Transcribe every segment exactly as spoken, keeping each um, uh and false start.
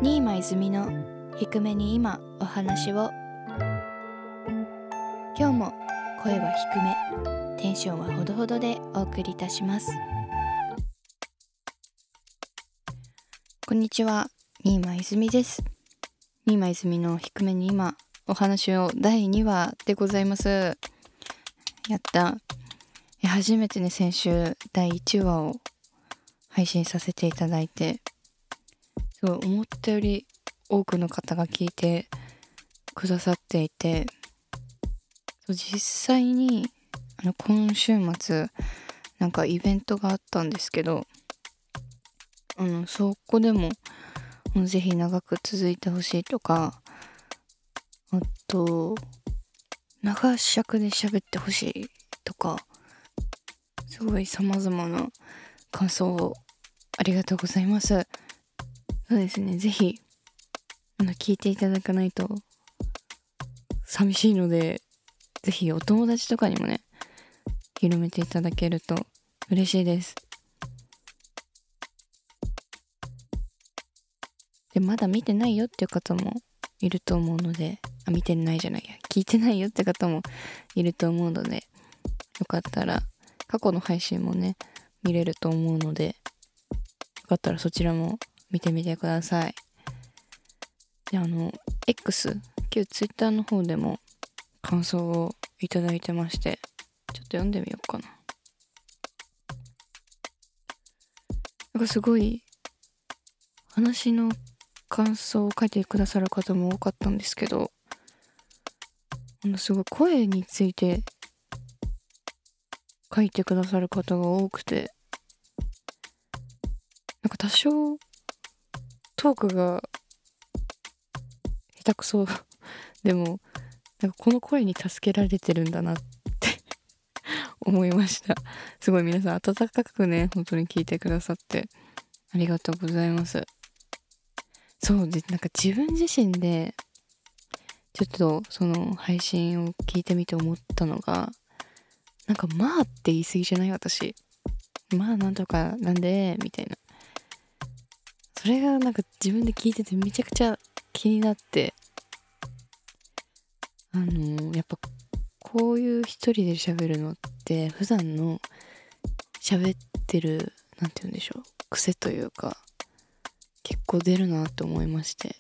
新間泉の低めに今お話を。今日も声は低め、テンションはほどほどでお送りいたします。こんにちは、新間泉です。新間泉の低めに今お話をだいにわでございます。やった初めてね、先週だいいちわを配信させていただいて、すごい思ったより多くの方が聞いてくださっていて、実際にあの今週末なんかイベントがあったんですけど、あのそこでもぜひ長く続いてほしいとか、あと長尺で喋ってほしいとか、すごい様々な感想をありがとうございます。そうですね、ぜひあの聞いていただかないと寂しいので、ぜひお友達とかにもね広めていただけると嬉しいです。でまだ見てないよっていう方もいると思うので、あ見てないじゃないや聞いてないよって方もいると思うので、よかったら過去の配信もね見れると思うので、よかったらそちらも見てみてください。であの X 旧 Twitter の方でも感想をいただいてまして、ちょっと読んでみようかな。なんかすごい話の感想を書いてくださる方も多かったんですけど、あのすごい声について書いてくださる方が多くて、なんか多少トークが下手くそでもなんかこの声に助けられてるんだなって思いました。すごい皆さん温かくね本当に聞いてくださってありがとうございます。そうで、なんか自分自身でちょっとその配信を聞いてみて思ったのが、なんかまあって言い過ぎじゃない？私まあなんとかなんでみたいな、それがなんか自分で聞いててめちゃくちゃ気になって、あのー、やっぱこういう一人で喋るのって普段の喋ってるなんて言うんでしょう癖というか結構出るなと思いまして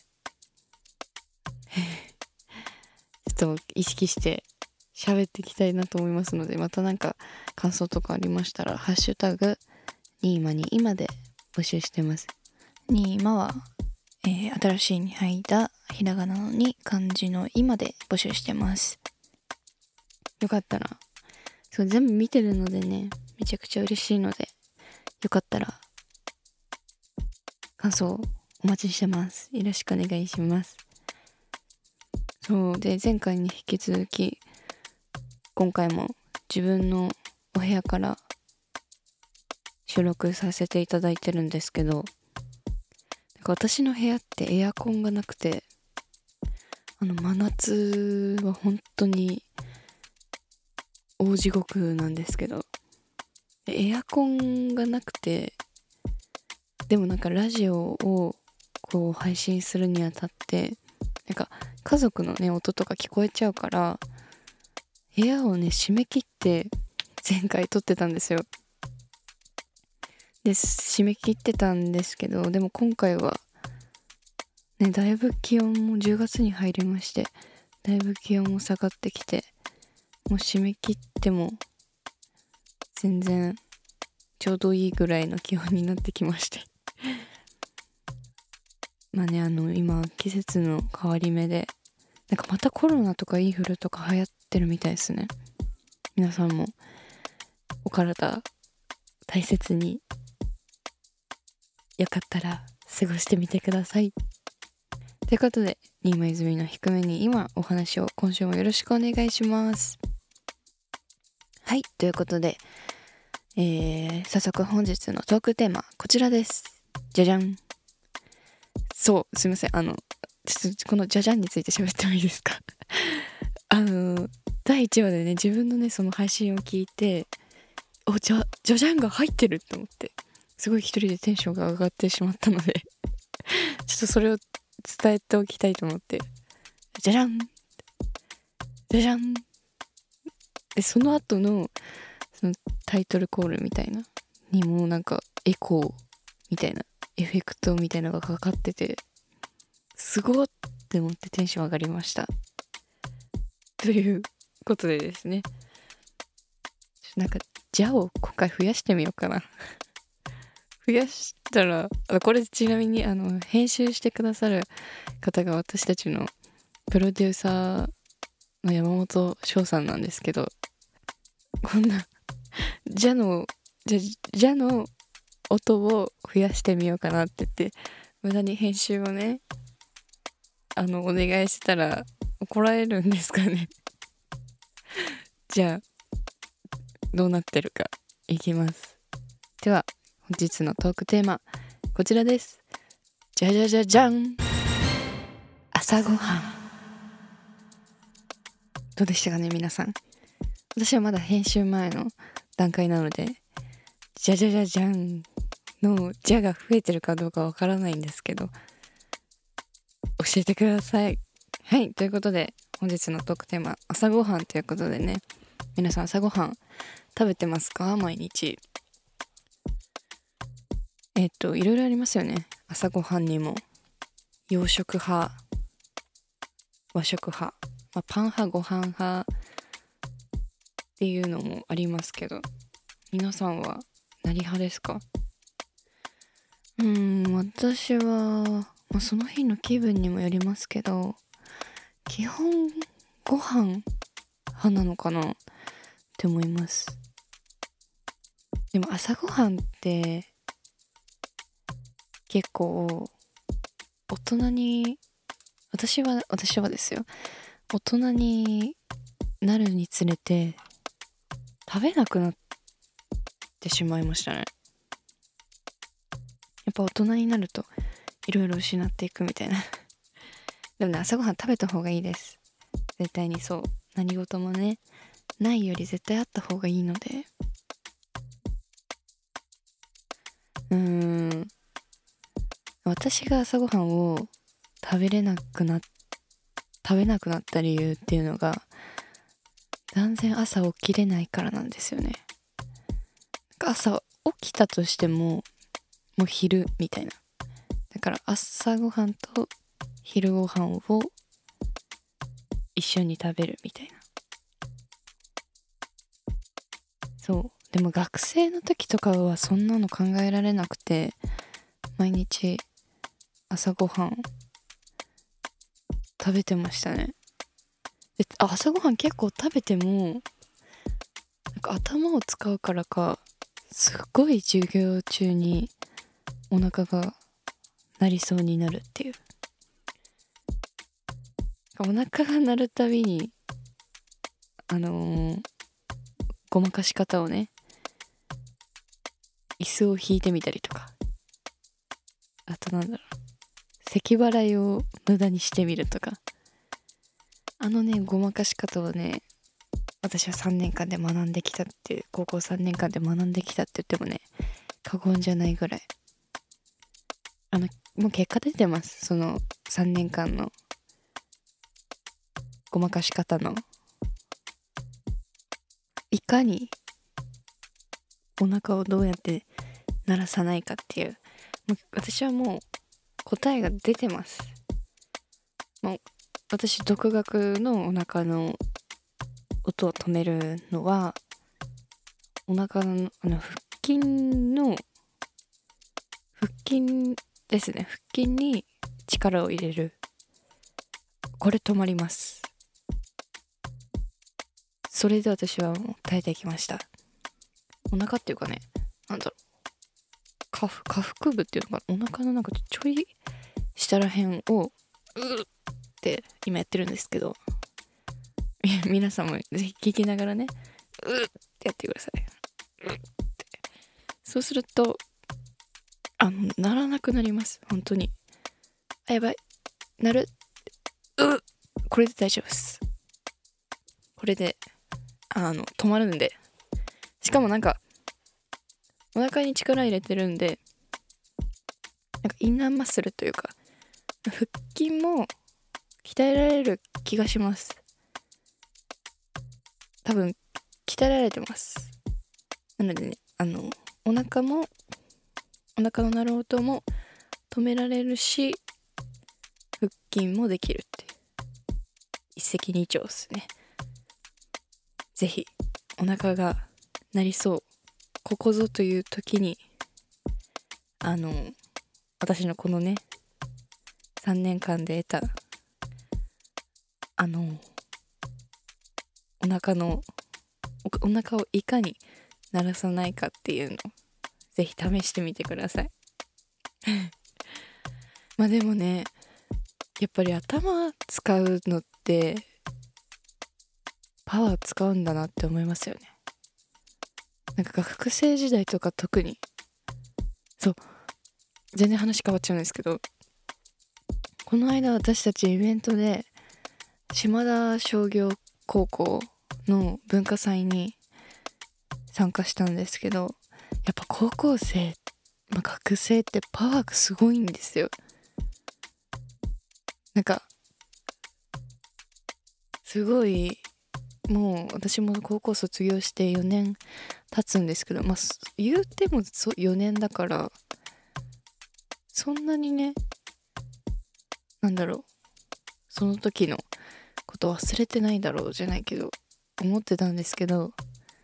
ちょっと意識して喋っていきたいなと思いますので、またなんか感想とかありましたらハッシュタグニーマに今で募集してます。ニーマは、えー、新しいに入ったひらがなのに漢字の今で募集してます。よかったらそう全部見てるのでね、めちゃくちゃ嬉しいので、よかったら感想お待ちしてます。よろしくお願いします。そうで、前回に引き続き今回も自分のお部屋から収録させていただいてるんですけど、なんか私の部屋ってエアコンがなくて、あの真夏は本当に大地獄なんですけど、エアコンがなくて、でもなんかラジオをこう配信するにあたってなんか家族のね音とか聞こえちゃうから部屋をね閉め切って前回撮ってたんですよ。で締め切ってたんですけど、でも今回はねだいぶ気温もじゅうがつに入りまして、だいぶ気温も下がってきて、もう締め切っても全然ちょうどいいぐらいの気温になってきましてまあね、あの今季節の変わり目でなんかまたコロナとかインフルとか流行ってるみたいですね。皆さんもお体大切によかったら過ごしてみてください。ということで、新間泉の低めに今お話を今週もよろしくお願いします。はい、ということで、えー、早速本日のトークテーマこちらです。じゃじゃん。そうすいません、あのちょっとこのじゃじゃんについて喋ってもいいですかあのだいいちわでね自分のねその配信を聞いて、おじゃじゃじゃんが入ってるって思って、すごい一人でテンションが上がってしまったのでちょっとそれを伝えておきたいと思って、じゃじゃんじゃじゃんで、その後のそのタイトルコールみたいなにもなんかエコーみたいなエフェクトみたいなのがかかってて、すごっって思ってテンション上がりましたということでですね、なんかじゃを今回増やしてみようかな増やしたら、あこれちなみにあの編集してくださる方が私たちのプロデューサーの山本翔さんなんですけど、こんなじゃのじゃじゃの音を増やしてみようかなって言って無駄に編集をねあのお願いしたら怒られるんですかねじゃあどうなってるかいきます。では本日のトークテーマこちらです。じゃじゃじゃじゃん、朝ごはん。どうでしたかね皆さん。私はまだ編集前の段階なのでじゃじゃじゃじゃんのじゃが増えてるかどうかわからないんですけど教えてください。はい、ということで本日のトークテーマ朝ごはんということでね、皆さん朝ごはん食べてますか？毎日。えっといろいろありますよね。朝ごはんにも洋食派、和食派、まあ、パン派ご飯派っていうのもありますけど、皆さんは何派ですか？うーん私は、まあ、その日の気分にもよりますけど基本ご飯派なのかなって思います。でも朝ごはんって結構大人に私は私はですよ大人になるにつれて食べなくなってしまいましたね。やっぱ大人になるといろいろ失っていくみたいなでもね朝ごはん食べた方がいいです。絶対にそう。何事もねないより絶対あった方がいいので、うーん私が朝ごはんを食べれなくな食べなくなった理由っていうのが断然朝起きれないからなんですよね。朝起きたとしてももう昼みたいな。だから朝ごはんと昼ごはんを一緒に食べるみたいな。そうでも学生の時とかはそんなの考えられなくて毎日朝ごはん食べてましたね。で朝ごはん結構食べてもなんか頭を使うからかすっごい授業中にお腹が鳴りそうになるっていう。お腹が鳴るたびにあのー、ごまかし方をね椅子を引いてみたりとか、あとなんだろう咳払いを無駄にしてみるとか、あのねごまかし方をね私はさんねんかんで学んできたって高校さんねんかんで学んできたって言ってもね過言じゃないぐらい、あのもう結果出てます。そのさんねんかんのごまかし方のいかにお腹をどうやって鳴らさないかっていう、もう私はもう答えが出てます。もう私独学のお腹の音を止めるのはお腹のあの腹筋の腹筋ですね。腹筋に力を入れる、これ止まります。それで私はもう耐えてきました。お腹っていうかね、なんだろう下腹、下腹部っていうのかな、お腹のなんかちょい下らへんをうーって今やってるんですけど皆さんもぜひ聞きながらねうーってやってください。うーってそうするとあのならなくなります。本当にあやばいなるうこれで大丈夫です。これであの止まるんで、しかもなんかお腹に力入れてるんでなんかインナーマッスルというか腹筋も鍛えられる気がします。多分鍛えられてます。なのでね、あのお腹もお腹の鳴る音も止められるし、腹筋もできるって一石二鳥ですね。ぜひお腹が鳴りそう、ここぞという時に、あの私のこのねさんねんかんで得たあのお腹のお、お腹をいかに鳴らさないかっていうのをぜひ試してみてください。まあでもね、やっぱり頭使うのってパワー使うんだなって思いますよね。なんか学生時代とか特に、そう全然話変わっちゃうんですけど、この間私たちイベントで島田商業高校の文化祭に参加したんですけど、やっぱ高校生、まあ、学生ってパワーがすごいんですよ。なんかすごい、もう私も高校卒業してよねん経つんですけど、まあ言うてもそよねんだからそんなにね、なんだろう、その時のこと忘れてないだろうじゃないけど思ってたんですけど、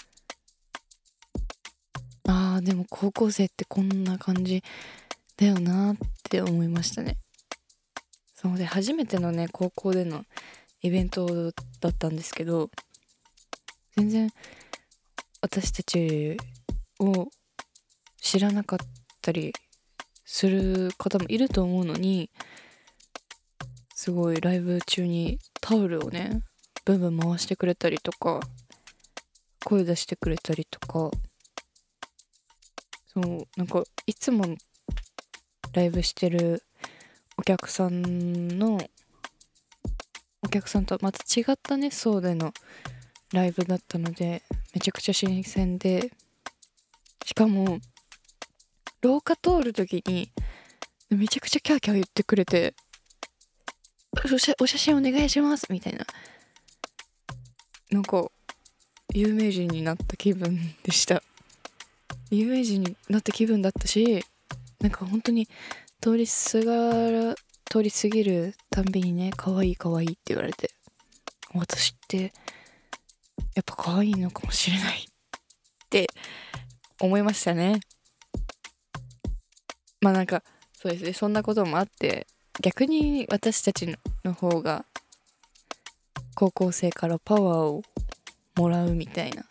あーでも高校生ってこんな感じだよなって思いましたね。そうで、初めてのね高校でのイベントだったんですけど、全然私たちを知らなかったりする方もいると思うのに、すごいライブ中にタオルをねブンブン回してくれたりとか、声出してくれたりとか、そうなんかいつもライブしてるお客さんのお客さんとはまた違ったね層でのライブだったので、めちゃくちゃ新鮮で、しかも廊下通る時にめちゃくちゃキャーキャー言ってくれて、お写お写真お願いしますみたいな、なんか有名人になった気分でした。有名人になった気分だったし、なんか本当に通りすがら通り過ぎるたんびにね、可愛い可愛いって言われて、私ってやっぱ可愛いのかもしれないって思いましたね。まあなんかそうですね、そんなこともあって、逆に私たちの方が高校生からパワーをもらうみたいな、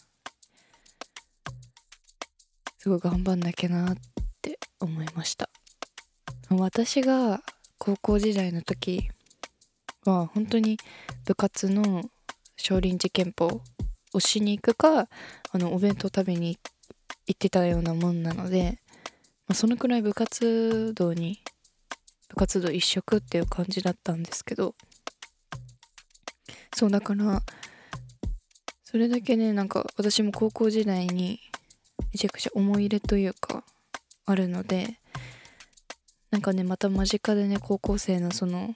すごい頑張んなきゃなって思いました。私が高校時代の時は本当に部活の少林寺拳法をしに行くか、あのお弁当食べに行ってたようなもんなので、まあ、そのくらい部活動に部活動一色っていう感じだったんですけど、そうだからそれだけね、なんか私も高校時代にめちゃくちゃ思い入れというかあるので、なんかねまた間近でね高校生のその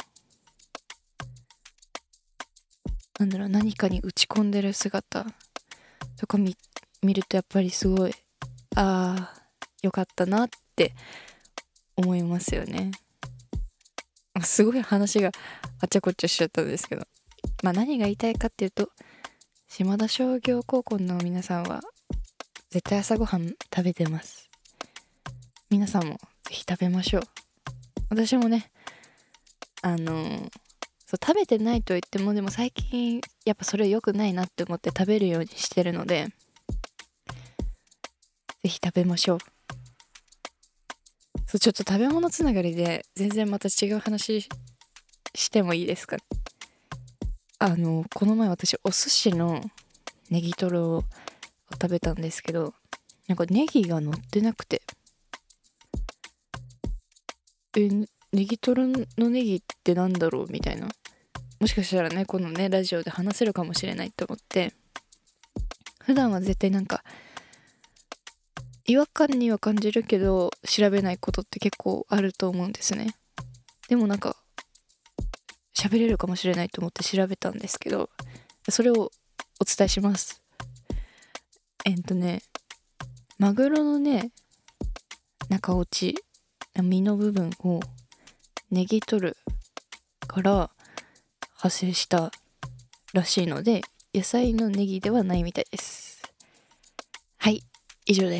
なんだろう、何かに打ち込んでる姿とか 見, 見るとやっぱりすごい、あーよかったなって思いますよね。すごい話があちゃこちゃしちゃったんですけど、まあ何が言いたいかっていうと、島田商業高校の皆さんは絶対朝ごはん食べてます。皆さんもぜひ食べましょう。私もね、あのー、そう食べてないと言っても、でも最近やっぱそれ良くないなって思って食べるようにしてるので、ぜひ食べましょう。そう、ちょっと食べ物つながりで全然また違う話してもいいですか？あのこの前私お寿司のネギトロを食べたんですけど、なんかネギが乗ってなくて、えネギトロのネギってなんだろうみたいな、もしかしたらねこのねラジオで話せるかもしれないと思って、普段は絶対なんか違和感には感じるけど調べないことって結構あると思うんですね。でもなんか喋れるかもしれないと思って調べたんですけど、それをお伝えします。えっとねマグロのね中落ち身の部分をネギ取るから派生したらしいので、野菜のネギではないみたいです。はい、以上です。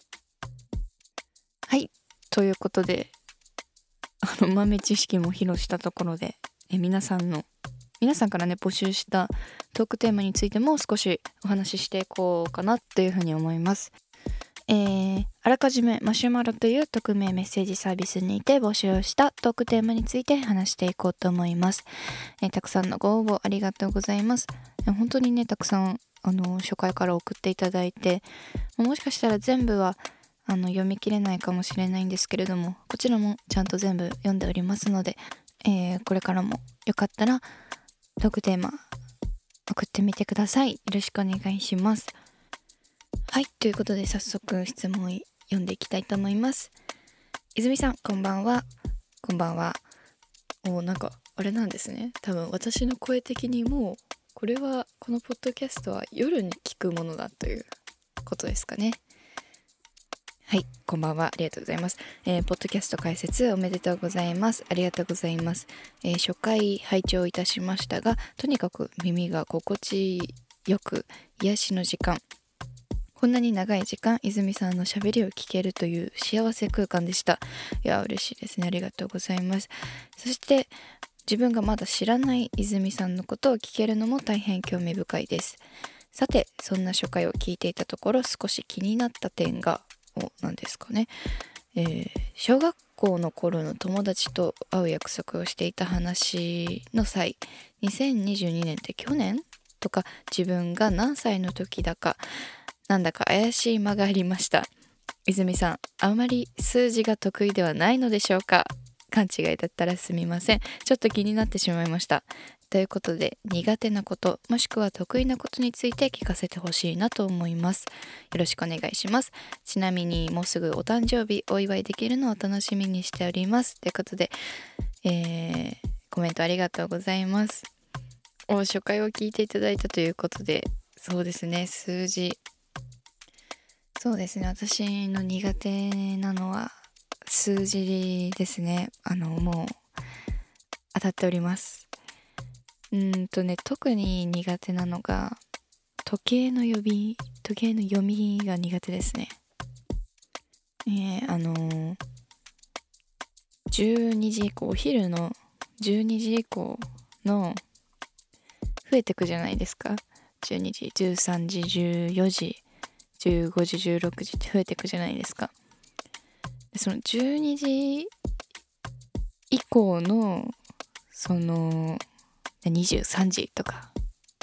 はい、ということであの豆知識も披露したところで、え皆さんの皆さんからね募集したトークテーマについても少しお話ししていこうかなっていうふうに思います。えー、あらかじめマシュマロという匿名メッセージサービスにて募集をしたトークテーマについて話していこうと思います。えー、たくさんのご応募ありがとうございます。本当にねたくさんあの初回から送っていただいて、もしかしたら全部はあの読み切れないかもしれないんですけれども、こちらもちゃんと全部読んでおりますので、えー、これからもよかったらトークテーマ送ってみてください。よろしくお願いします。はい、ということで早速質問読んでいきたいと思います。泉さん、こんばんは。こんばんは。お、なんかあれなんですね。多分私の声的にもこれはこのポッドキャストは夜に聞くものだということですかね。はい、こんばんは。ありがとうございます。えー、ポッドキャスト開設おめでとうございます。ありがとうございます。えー、初回拝聴いたしましたが、とにかく耳が心地よく癒しの時間、こんなに長い時間泉さんのしゃべりを聞けるという幸せ空間でした。いや嬉しいですね。ありがとうございます。そして自分がまだ知らない泉さんのことを聞けるのも大変興味深いです。さて、そんな初回を聞いていたところ少し気になった点がお何ですかね、えー、小学校の頃の友達と会う約束をしていた話の際、にせんにじゅうにねんって去年とか自分が何歳の時だかなんだか怪しい間がありました。泉さん、あまり数字が得意ではないのでしょうか。勘違いだったらすみません。ちょっと気になってしまいました。ということで、苦手なこと、もしくは得意なことについて聞かせてほしいなと思います。よろしくお願いします。ちなみに、もうすぐお誕生日お祝いできるのを楽しみにしております。ということで、えー、コメントありがとうございます。お初回を聞いていただいたということで、そうですね、数字。そうですね、私の苦手なのは数字ですね。あのもう当たっております。うーんとね特に苦手なのが時計の呼び時計の読みが苦手ですね。えー、あのー、じゅうにじ以降、お昼のじゅうにじ以降の増えてくじゃないですか。じゅうにじ、じゅうさんじ、じゅうよじ、じゅうごじ、じゅうろくじって増えてくじゃないですか。でそのじゅうにじ以降のそのにじゅうさんじとか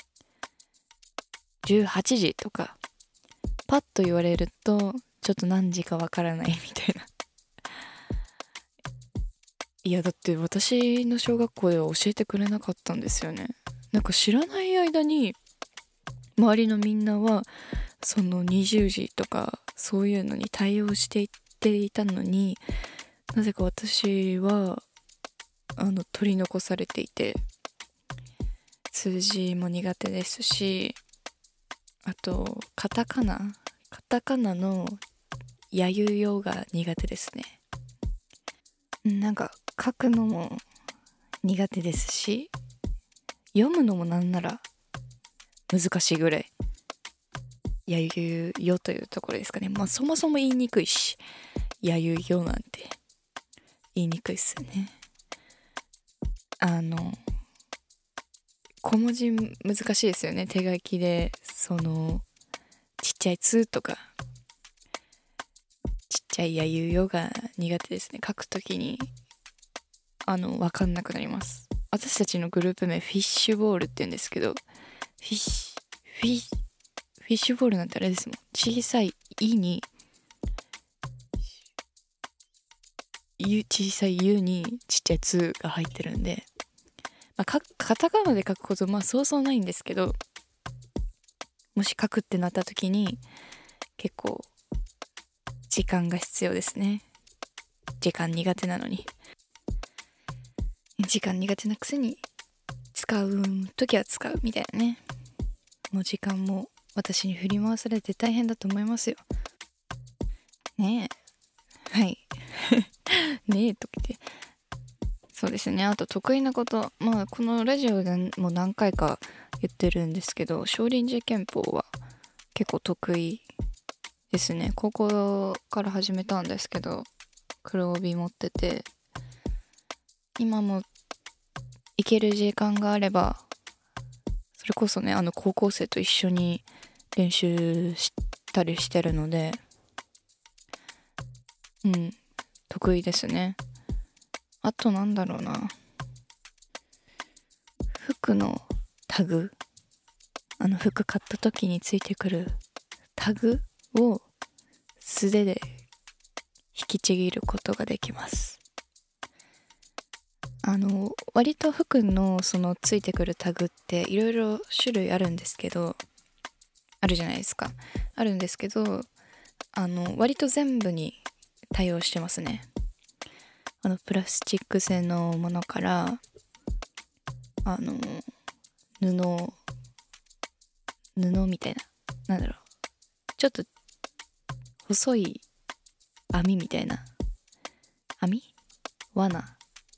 じゅうはちじとかパッと言われるとちょっと何時かわからないみたいな。いやだって私の小学校では教えてくれなかったんですよね。なんか知らない間に周りのみんなはそのにじゅうじとかそういうのに対応していっていたのに、なぜか私はあの取り残されていて、数字も苦手ですし、あとカタカナカタカナのやゆよが苦手ですね。なんか書くのも苦手ですし、読むのもなんなら難しいぐらいやゆよというところですかね。まあそもそも言いにくいし、やゆよなんて言いにくいっすよね。あの小文字難しいですよね。手書きでそのちっちゃいつとかちっちゃいやゆよが苦手ですね。書くときにあの分かんなくなります。私たちのグループ名フィッシュボールって言うんですけど、フィッシュフィフィッシュボールなんてあれですもん。小さい「い」にゆ小さい「ゆ」にちっちゃい「つ」が入ってるんで、まあ、かカタカナで書くことまあそうそうないんですけど、もし書くってなった時に結構時間が必要ですね。時間苦手なのに。 時間苦手なくせに使う時は使うみたいなね。もう時間も私に振り回されて大変だと思いますよねえ。はいねえとか言って、そうですね。あと得意なこと、まあこのラジオでも何回か言ってるんですけど、少林寺拳法は結構得意ですね。高校から始めたんですけど、黒帯持ってて、今も行ける時間があれば、それこそね、あの高校生と一緒に練習したりしてるので、うん、得意ですね。あとなんだろうな、服のタグ、あの服買った時についてくるタグを素手で引きちぎることができます。あの割と服のそのついてくるタグっていろいろ種類あるんですけど、あるじゃないですか。あるんですけど、あの割と全部に対応してますね。あのプラスチック製のものから、あの布布みたいな、なんだろう、ちょっと細い網みたいな、網罠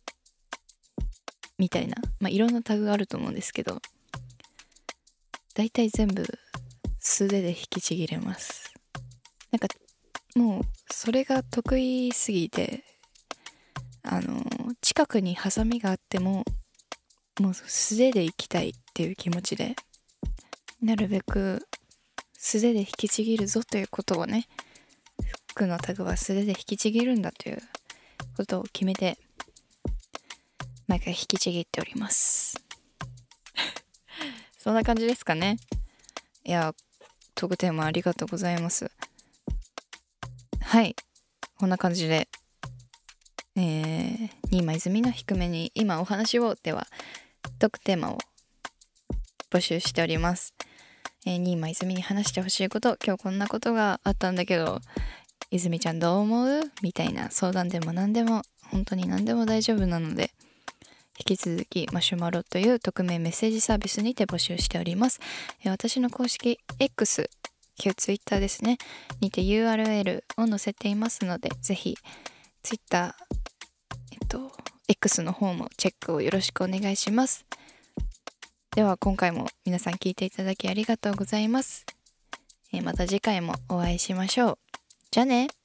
みたいな、まあいろんなタグがあると思うんですけど、だいたい全部素手で引きちぎれます。なんかもうそれが得意すぎて、あの近くにハサミがあってももう素手で行きたいっていう気持ちで、なるべく素手で引きちぎるぞということをね、服のタグは素手で引きちぎるんだということを決めて毎回引きちぎっておりますそんな感じですかね。いや、トークテーマありがとうございます。はい、こんな感じで、えー、新間泉の低めに今お話をではトークテーマを募集しております。えー、新間泉に話してほしいこと、今日こんなことがあったんだけど泉ちゃんどう思うみたいな相談でも何でも、本当に何でも大丈夫なので、引き続きマシュマロという匿名メッセージサービスにて募集しております。えー、私の公式 X、旧 Twitter ですねにて ユーアールエル を載せていますので、ぜひ Twitter、えっと X の方もチェックをよろしくお願いします。では今回も皆さん聞いていただきありがとうございます。えー、また次回もお会いしましょう。じゃあね。